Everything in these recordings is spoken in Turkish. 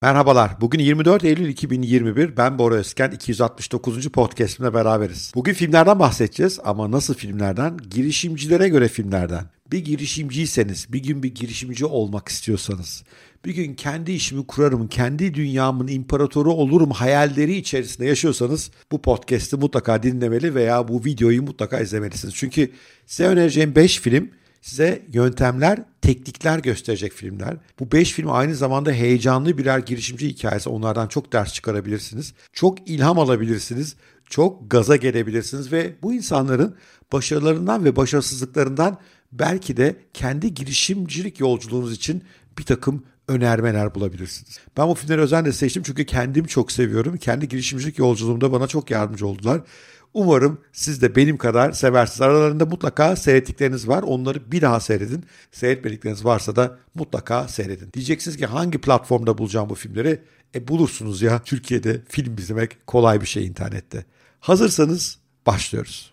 Merhabalar. Bugün 24 Eylül 2021. Ben Bora Özken. 269. podcast'imle beraberiz. Bugün filmlerden bahsedeceğiz ama nasıl filmlerden? Girişimcilere göre filmlerden. Bir girişimciyseniz, bir gün bir girişimci olmak istiyorsanız, bir gün kendi işimi kurarım, kendi dünyamın imparatoru olurum hayalleri içerisinde yaşıyorsanız bu podcast'ı mutlaka dinlemeli veya bu videoyu mutlaka izlemelisiniz. Çünkü size önereceğim 5 film size yöntemler, teknikler gösterecek filmler. Bu 5 film aynı zamanda heyecanlı birer girişimci hikayesi. Onlardan çok ders çıkarabilirsiniz. Çok ilham alabilirsiniz. Çok gaza gelebilirsiniz ve bu insanların başarılarından ve başarısızlıklarından belki de kendi girişimcilik yolculuğunuz için bir takım önermeler bulabilirsiniz. Ben bu filmleri özenle seçtim çünkü kendim çok seviyorum. Kendi girişimcilik yolculuğumda bana çok yardımcı oldular. Umarım siz de benim kadar seversiniz. Aralarında mutlaka seyrettikleriniz var. Onları bir daha seyredin. Seyretmedikleriniz varsa da mutlaka seyredin. Diyeceksiniz ki hangi platformda bulacağım bu filmleri? Bulursunuz ya. Türkiye'de film izlemek kolay bir şey internette. Hazırsanız başlıyoruz.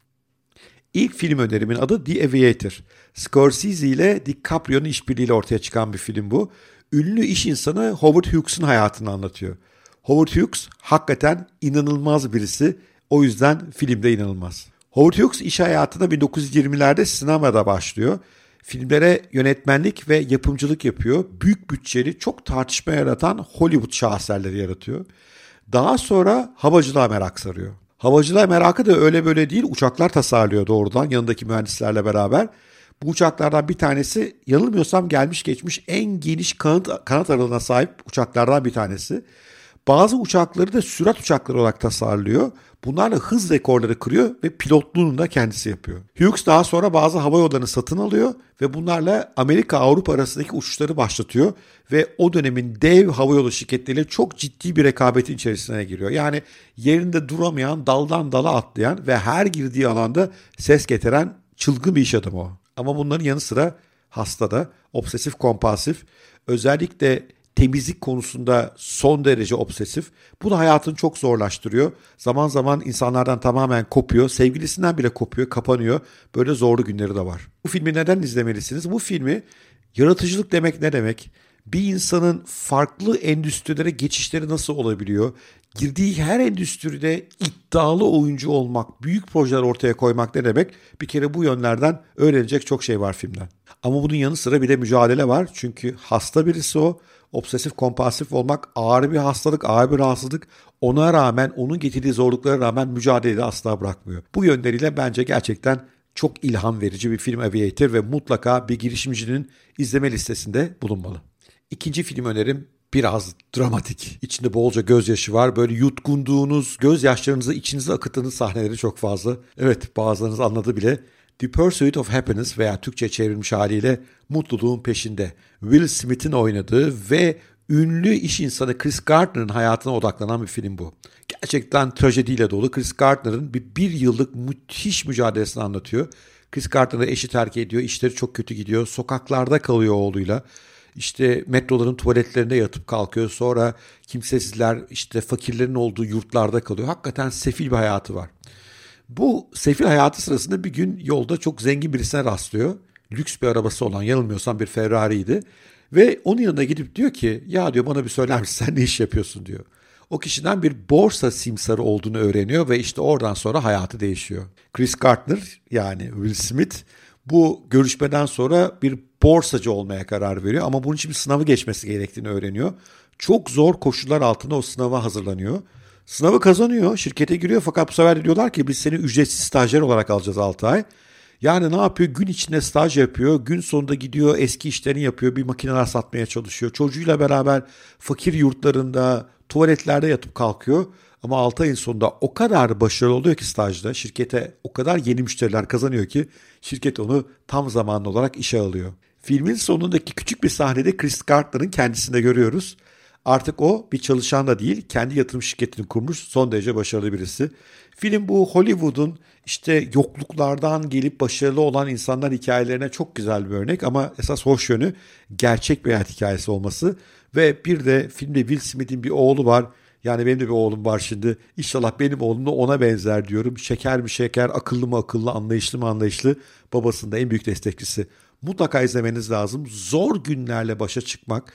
İlk film önerimin adı The Aviator. Scorsese ile DiCaprio'nun işbirliğiyle ortaya çıkan bir film bu. Ünlü iş insanı Howard Hughes'un hayatını anlatıyor. Howard Hughes hakikaten inanılmaz birisi. O yüzden filmde inanılmaz. Howard Hughes iş hayatına 1920'lerde sinemada başlıyor. Filmlere yönetmenlik ve yapımcılık yapıyor. Büyük bütçeli, çok tartışma yaratan Hollywood şaheserleri yaratıyor. Daha sonra havacılığa merak sarıyor. Havacılığa merakı da öyle böyle değil, uçaklar tasarlıyor doğrudan yanındaki mühendislerle beraber. Bu uçaklardan bir tanesi yanılmıyorsam gelmiş geçmiş en geniş kanat aralığına sahip uçaklardan bir tanesi. Bazı uçakları da sürat uçakları olarak tasarlıyor. Bunlarla hız rekorları kırıyor ve pilotluğunu da kendisi yapıyor. Hughes daha sonra bazı hava yollarını satın alıyor ve bunlarla Amerika-Avrupa arasındaki uçuşları başlatıyor. Ve o dönemin dev havayolu şirketleriyle çok ciddi bir rekabetin içerisine giriyor. Yani yerinde duramayan, daldan dala atlayan ve her girdiği alanda ses getiren çılgın bir iş adamı o. Ama bunların yanı sıra hasta da, obsesif kompulsif, özellikle temizlik konusunda son derece obsesif. Bu da hayatını çok zorlaştırıyor. Zaman zaman insanlardan tamamen kopuyor. Sevgilisinden bile kopuyor, kapanıyor. Böyle zorlu günleri de var. Bu filmi neden izlemelisiniz? Bu filmi yaratıcılık demek ne demek? Bir insanın farklı endüstrilere geçişleri nasıl olabiliyor? Girdiği her endüstride iddialı oyuncu olmak, büyük projeler ortaya koymak ne demek? Bir kere bu yönlerden öğrenecek çok şey var filmden. Ama bunun yanı sıra bir de mücadele var. Çünkü hasta birisi o. Obsesif kompulsif olmak ağır bir hastalık, ağır bir rahatsızlık. Ona rağmen, onun getirdiği zorluklara rağmen mücadeleyi asla bırakmıyor. Bu yönleriyle bence gerçekten çok ilham verici bir film Aviator ve mutlaka bir girişimcinin izleme listesinde bulunmalı. İkinci film önerim biraz dramatik. İçinde bolca gözyaşı var. Böyle yutkunduğunuz, gözyaşlarınızı içinize akıttığınız sahneleri çok fazla. Evet, bazılarınız anladı bile. The Pursuit of Happiness veya Türkçe çevrilmiş haliyle Mutluluğun Peşinde. Will Smith'in oynadığı ve ünlü iş insanı Chris Gardner'ın hayatına odaklanan bir film bu. Gerçekten trajediyle dolu. Chris Gardner'ın bir yıllık müthiş mücadelesini anlatıyor. Chris Gardner'ı eşi terk ediyor. İşleri çok kötü gidiyor. Sokaklarda kalıyor oğluyla. İşte metroların tuvaletlerinde yatıp kalkıyor. Sonra kimsesizler, işte fakirlerin olduğu yurtlarda kalıyor. Hakikaten sefil bir hayatı var. Bu sefil hayatı sırasında bir gün yolda çok zengin birisine rastlıyor. Lüks bir arabası olan, yanılmıyorsam bir Ferrari'ydi. Ve onun yanına gidip diyor ki, ya diyor bana bir söyler misin sen ne iş yapıyorsun diyor. O kişiden bir borsa simsarı olduğunu öğreniyor ve işte oradan sonra hayatı değişiyor. Chris Gardner yani Will Smith bu görüşmeden sonra bir borsacı olmaya karar veriyor. Ama bunun için bir sınavı geçmesi gerektiğini öğreniyor. Çok zor koşullar altında o sınava hazırlanıyor. Sınavı kazanıyor, şirkete giriyor fakat bu sefer de diyorlar ki biz seni ücretsiz stajyer olarak alacağız 6 ay. Yani ne yapıyor? Gün içinde staj yapıyor, gün sonunda gidiyor eski işlerini yapıyor, bir makineler satmaya çalışıyor. Çocuğuyla beraber fakir yurtlarında, tuvaletlerde yatıp kalkıyor. Ama 6 ayın sonunda o kadar başarılı oluyor ki stajda, şirkete o kadar yeni müşteriler kazanıyor ki şirket onu tam zamanlı olarak işe alıyor. Filmin sonundaki küçük bir sahnede Chris Gardner'ın kendisini de görüyoruz. Artık o bir çalışan da değil, kendi yatırım şirketini kurmuş son derece başarılı birisi. Film bu Hollywood'un işte yokluklardan gelip başarılı olan insanlar hikayelerine çok güzel bir örnek ama esas hoş yönü gerçek bir hayat hikayesi olması. Ve bir de filmde Will Smith'in bir oğlu var. Yani benim de bir oğlum var şimdi. İnşallah benim oğlum da ona benzer diyorum. Şeker mi şeker, akıllı mı akıllı, anlayışlı mı anlayışlı. Babasının da en büyük destekçisi. Mutlaka izlemeniz lazım. Zor günlerle başa çıkmak,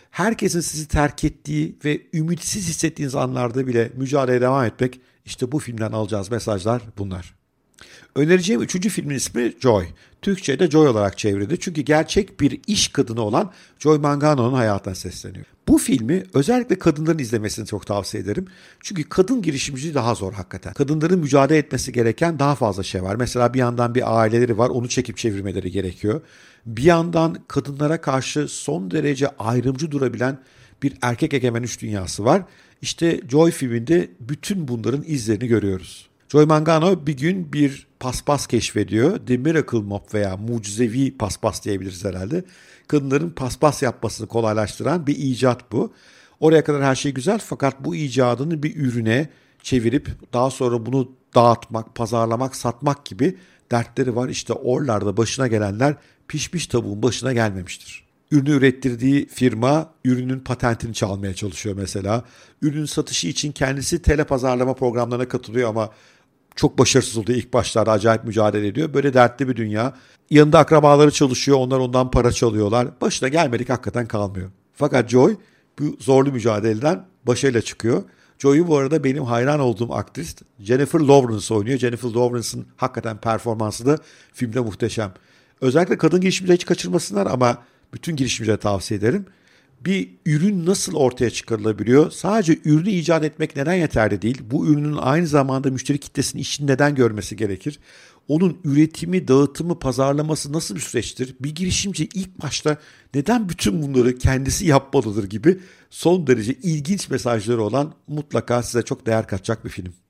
Herkesin sizi terk ettiği ve ümitsiz hissettiğiniz anlarda bile mücadeleye devam etmek, işte bu filmden alacağız mesajlar bunlar. Önereceğim 3. filmin ismi Joy. Türkçe'de Joy olarak çevrildi çünkü gerçek bir iş kadını olan Joy Mangano'nun hayatına sesleniyor. Bu filmi özellikle kadınların izlemesini çok tavsiye ederim. Çünkü kadın girişimciliği daha zor hakikaten. Kadınların mücadele etmesi gereken daha fazla şey var. Mesela bir yandan bir aileleri var, onu çekip çevirmeleri gerekiyor. Bir yandan kadınlara karşı son derece ayrımcı durabilen bir erkek egemen üç dünyası var. İşte Joy filminde bütün bunların izlerini görüyoruz. Joy Mangano bir gün bir paspas keşfediyor. The Miracle Mop veya mucizevi paspas diyebiliriz herhalde. Kadınların paspas yapmasını kolaylaştıran bir icat bu. Oraya kadar her şey güzel fakat bu icadını bir ürüne çevirip daha sonra bunu dağıtmak, pazarlamak, satmak gibi dertleri var. İşte oralarda başına gelenler pişmiş tavuğun başına gelmemiştir. Ürünü ürettirdiği firma ürünün patentini çalmaya çalışıyor mesela. Ürünün satışı için kendisi telepazarlama programlarına katılıyor ama çok başarısız oluyor. İlk başlarda acayip mücadele ediyor. Böyle dertli bir dünya. Yanında akrabaları çalışıyor. Onlar ondan para çalıyorlar. Başına gelmedik hakikaten kalmıyor. Fakat Joy bu zorlu mücadeleden başarıyla çıkıyor. Joy'u bu arada benim hayran olduğum aktris Jennifer Lawrence oynuyor. Jennifer Lawrence'ın hakikaten performansı da filmde muhteşem. Özellikle kadın girişimcileri hiç kaçırmasınlar ama bütün girişimcilere tavsiye ederim. Bir ürün nasıl ortaya çıkarılabiliyor? Sadece ürünü icat etmek neden yeterli değil? Bu ürünün aynı zamanda müşteri kitlesinin işini neden görmesi gerekir? Onun üretimi, dağıtımı, pazarlaması nasıl bir süreçtir? Bir girişimci ilk başta neden bütün bunları kendisi yapmalıdır gibi son derece ilginç mesajları olan mutlaka size çok değer katacak bir film.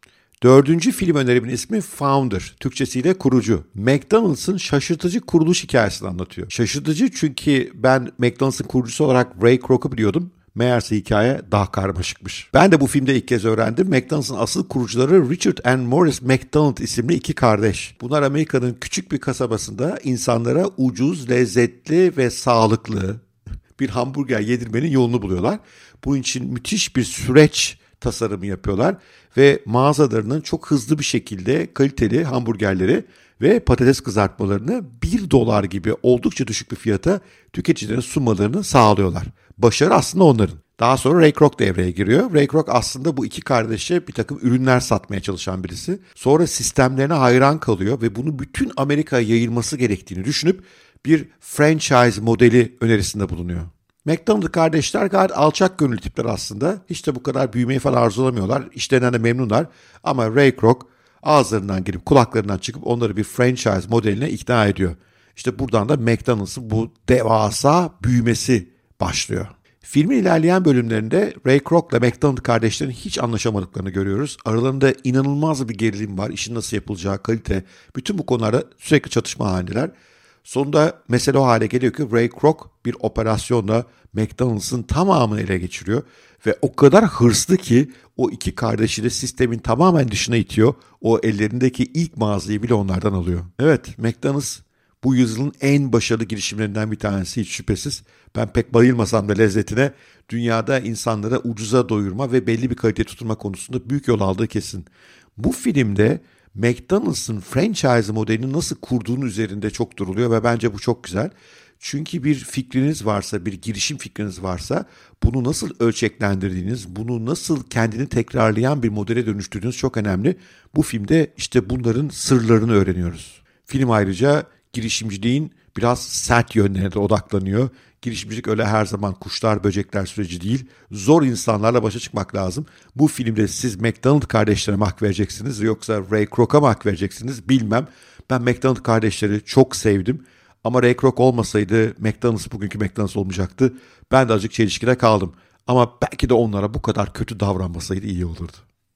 4. film önerimin ismi Founder, Türkçesiyle kurucu. McDonald's'ın şaşırtıcı kuruluş hikayesini anlatıyor. Şaşırtıcı çünkü ben McDonald's'ın kurucusu olarak Ray Kroc'u biliyordum. Meğerse hikaye daha karmaşıkmış. Ben de bu filmde ilk kez öğrendim. McDonald's'ın asıl kurucuları Richard and Morris McDonald isimli iki kardeş. Bunlar Amerika'nın küçük bir kasabasında insanlara ucuz, lezzetli ve sağlıklı bir hamburger yedirmenin yolunu buluyorlar. Bunun için müthiş bir süreç tasarımı yapıyorlar ve mağazalarının çok hızlı bir şekilde kaliteli hamburgerleri ve patates kızartmalarını $1 gibi oldukça düşük bir fiyata tüketicilere sunmalarını sağlıyorlar. Başarı aslında onların. Daha sonra Ray Kroc devreye giriyor. Ray Kroc aslında bu iki kardeşe bir takım ürünler satmaya çalışan birisi. Sonra sistemlerine hayran kalıyor ve bunu bütün Amerika'ya yayılması gerektiğini düşünüp bir franchise modeli önerisinde bulunuyor. McDonald kardeşler gayet alçak gönüllü tipler aslında. Hiç de bu kadar büyümeyi falan arzulamıyorlar. İşlerinden de memnunlar. Ama Ray Kroc ağızlarından girip kulaklarından çıkıp onları bir franchise modeline ikna ediyor. İşte buradan da McDonald's'ın bu devasa büyümesi başlıyor. Filmin ilerleyen bölümlerinde Ray Kroc ile McDonald kardeşlerin hiç anlaşamadıklarını görüyoruz. Aralarında inanılmaz bir gerilim var. İşin nasıl yapılacağı, kalite, bütün bu konularda sürekli çatışma halindeler. Sonunda mesele o hale geliyor ki Ray Kroc bir operasyonla McDonald's'ın tamamını ele geçiriyor. Ve o kadar hırslı ki o iki kardeşi de sistemin tamamen dışına itiyor. O ellerindeki ilk mağazayı bile onlardan alıyor. Evet, McDonald's bu yüzyılın en başarılı girişimlerinden bir tanesi hiç şüphesiz. Ben pek bayılmasam da lezzetine dünyada insanlara ucuza doyurma ve belli bir kalite tutturma konusunda büyük yol aldığı kesin. Bu filmde McDonald's'ın franchise modelini nasıl kurduğunu üzerinde çok duruluyor ve bence bu çok güzel. Çünkü bir fikriniz varsa, bir girişim fikriniz varsa bunu nasıl ölçeklendirdiğiniz, bunu nasıl kendini tekrarlayan bir modele dönüştürdüğünüz çok önemli. Bu filmde işte bunların sırlarını öğreniyoruz. Film ayrıca girişimciliğin biraz sert yönlerine de odaklanıyor. Girişimcilik öyle her zaman kuşlar böcekler süreci değil. Zor insanlarla başa çıkmak lazım. Bu filmde siz McDonald kardeşlerine mi hak vereceksiniz yoksa Ray Kroc'a mı hak vereceksiniz bilmem. Ben McDonald kardeşleri çok sevdim. Ama Ray Kroc olmasaydı McDonald's bugünkü McDonald's olmayacaktı. Ben de azıcık çelişkide kaldım. Ama belki de onlara bu kadar kötü davranmasaydı iyi olurdu.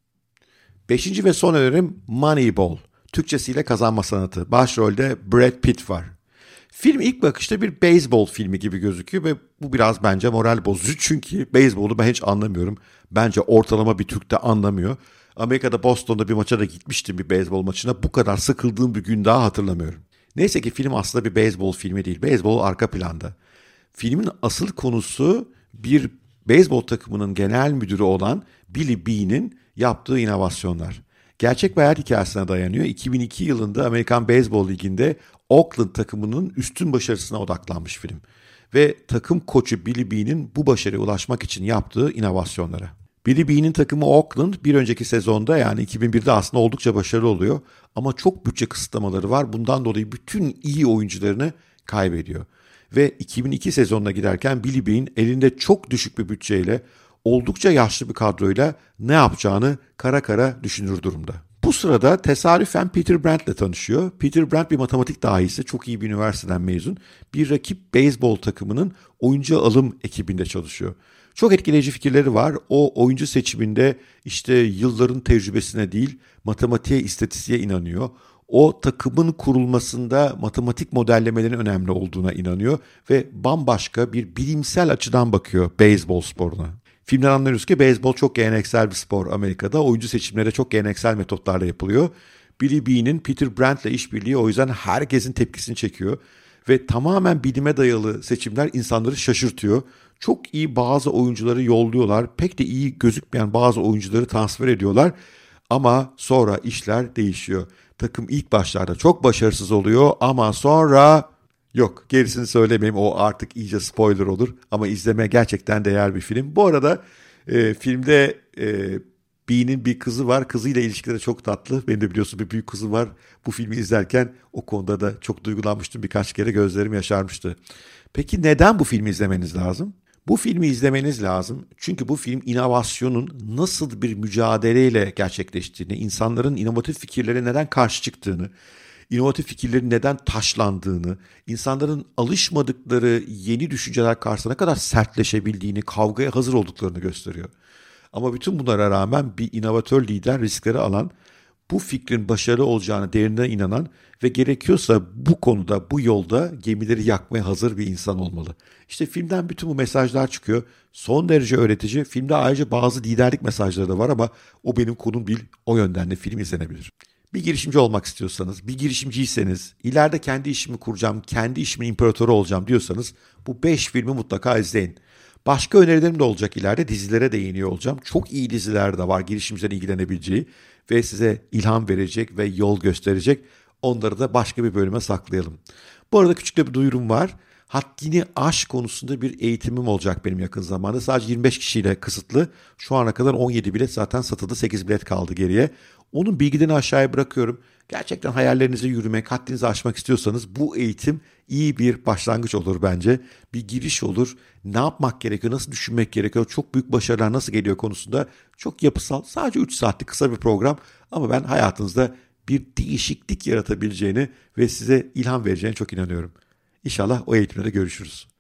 5. ve son önerim Moneyball. Türkçesiyle Kazanma Sanatı. Başrolde Brad Pitt var. Film ilk bakışta bir beyzbol filmi gibi gözüküyor ve bu biraz bence moral bozucu. Çünkü beyzbolu ben hiç anlamıyorum. Bence ortalama bir Türk de anlamıyor. Amerika'da Boston'da bir maça da gitmiştim, bir beyzbol maçına. Bu kadar sıkıldığım bir gün daha hatırlamıyorum. Neyse ki film aslında bir beyzbol filmi değil. Beyzbol arka planda. Filmin asıl konusu bir beyzbol takımının genel müdürü olan Billy Beane'in yaptığı inovasyonlar. Gerçek bir hayat hikayesine dayanıyor. 2002 yılında Amerikan Beyzbol Ligi'nde Oakland takımının üstün başarısına odaklanmış film. Ve takım koçu Billy Beane'in bu başarıya ulaşmak için yaptığı inovasyonlara. Billy Beane'in takımı Oakland bir önceki sezonda yani 2001'de aslında oldukça başarılı oluyor. Ama çok bütçe kısıtlamaları var. Bundan dolayı bütün iyi oyuncularını kaybediyor. Ve 2002 sezonuna giderken Billy Beane elinde çok düşük bir bütçeyle oldukça yaşlı bir kadroyla ne yapacağını kara kara düşünür durumda. Bu sırada tesadüfen Peter Brandt'le tanışıyor. Peter Brandt bir matematik dahisi, çok iyi bir üniversiteden mezun. Bir rakip beyzbol takımının oyuncu alım ekibinde çalışıyor. Çok etkileyici fikirleri var. O oyuncu seçiminde işte yılların tecrübesine değil, matematiğe, istatistiğe inanıyor. O takımın kurulmasında matematik modellemelerin önemli olduğuna inanıyor ve bambaşka bir bilimsel açıdan bakıyor beyzbol sporuna. Filmden anlıyoruz ki beyzbol çok geleneksel bir spor Amerika'da. Oyuncu seçimleri çok geleneksel metotlarla yapılıyor. Billy Beane'in Peter Brandt'le işbirliği o yüzden herkesin tepkisini çekiyor. Ve tamamen bilime dayalı seçimler insanları şaşırtıyor. Çok iyi bazı oyuncuları yolluyorlar. Pek de iyi gözükmeyen bazı oyuncuları transfer ediyorlar. Ama sonra işler değişiyor. Takım ilk başlarda çok başarısız oluyor ama sonra... Yok, gerisini söylemeyeyim, o artık iyice spoiler olur ama izlemeye gerçekten değer bir film. Bu arada filmde Bee'nin bir kızı var, kızıyla ilişkileri çok tatlı. Benim de biliyorsun bir büyük kızım var. Bu filmi izlerken o konuda da çok duygulanmıştım, birkaç kere gözlerim yaşarmıştı. Peki neden bu filmi izlemeniz lazım? Bu filmi izlemeniz lazım çünkü bu film inovasyonun nasıl bir mücadeleyle gerçekleştiğini, insanların inovatif fikirlere neden karşı çıktığını, inovatif fikirlerin neden taşlandığını, insanların alışmadıkları yeni düşünceler karşısında ne kadar sertleşebildiğini, kavgaya hazır olduklarını gösteriyor. Ama bütün bunlara rağmen bir inovatör lider riskleri alan, bu fikrin başarılı olacağına derinden inanan ve gerekiyorsa bu konuda, bu yolda gemileri yakmaya hazır bir insan olmalı. İşte filmden bütün bu mesajlar çıkıyor. Son derece öğretici. Filmde ayrıca bazı liderlik mesajları da var ama o benim konum değil. O yönden de film izlenebilir. Bir girişimci olmak istiyorsanız, bir girişimciyseniz, ileride kendi işimi kuracağım, kendi işimin imparatoru olacağım diyorsanız bu 5 filmi mutlaka izleyin. Başka önerilerim de olacak ileride, dizilere değiniyor olacağım. Çok iyi diziler de var girişimcilerin ilgilenebileceği ve size ilham verecek ve yol gösterecek. Onları da başka bir bölüme saklayalım. Bu arada küçük de bir duyurum var. Haddini aşk konusunda bir eğitimim olacak benim yakın zamanda. Sadece 25 kişiyle kısıtlı. Şu ana kadar 17 bilet zaten satıldı. 8 bilet kaldı geriye. Onun bilgilerini aşağıya bırakıyorum. Gerçekten hayallerinize yürümek, haddinizi aşmak istiyorsanız bu eğitim iyi bir başlangıç olur bence. Bir giriş olur. Ne yapmak gerekiyor, nasıl düşünmek gerekiyor, çok büyük başarılar nasıl geliyor konusunda çok yapısal, sadece 3 saatlik kısa bir program. Ama ben hayatınızda bir değişiklik yaratabileceğini ve size ilham vereceğine çok inanıyorum. İnşallah o eğitimde de görüşürüz.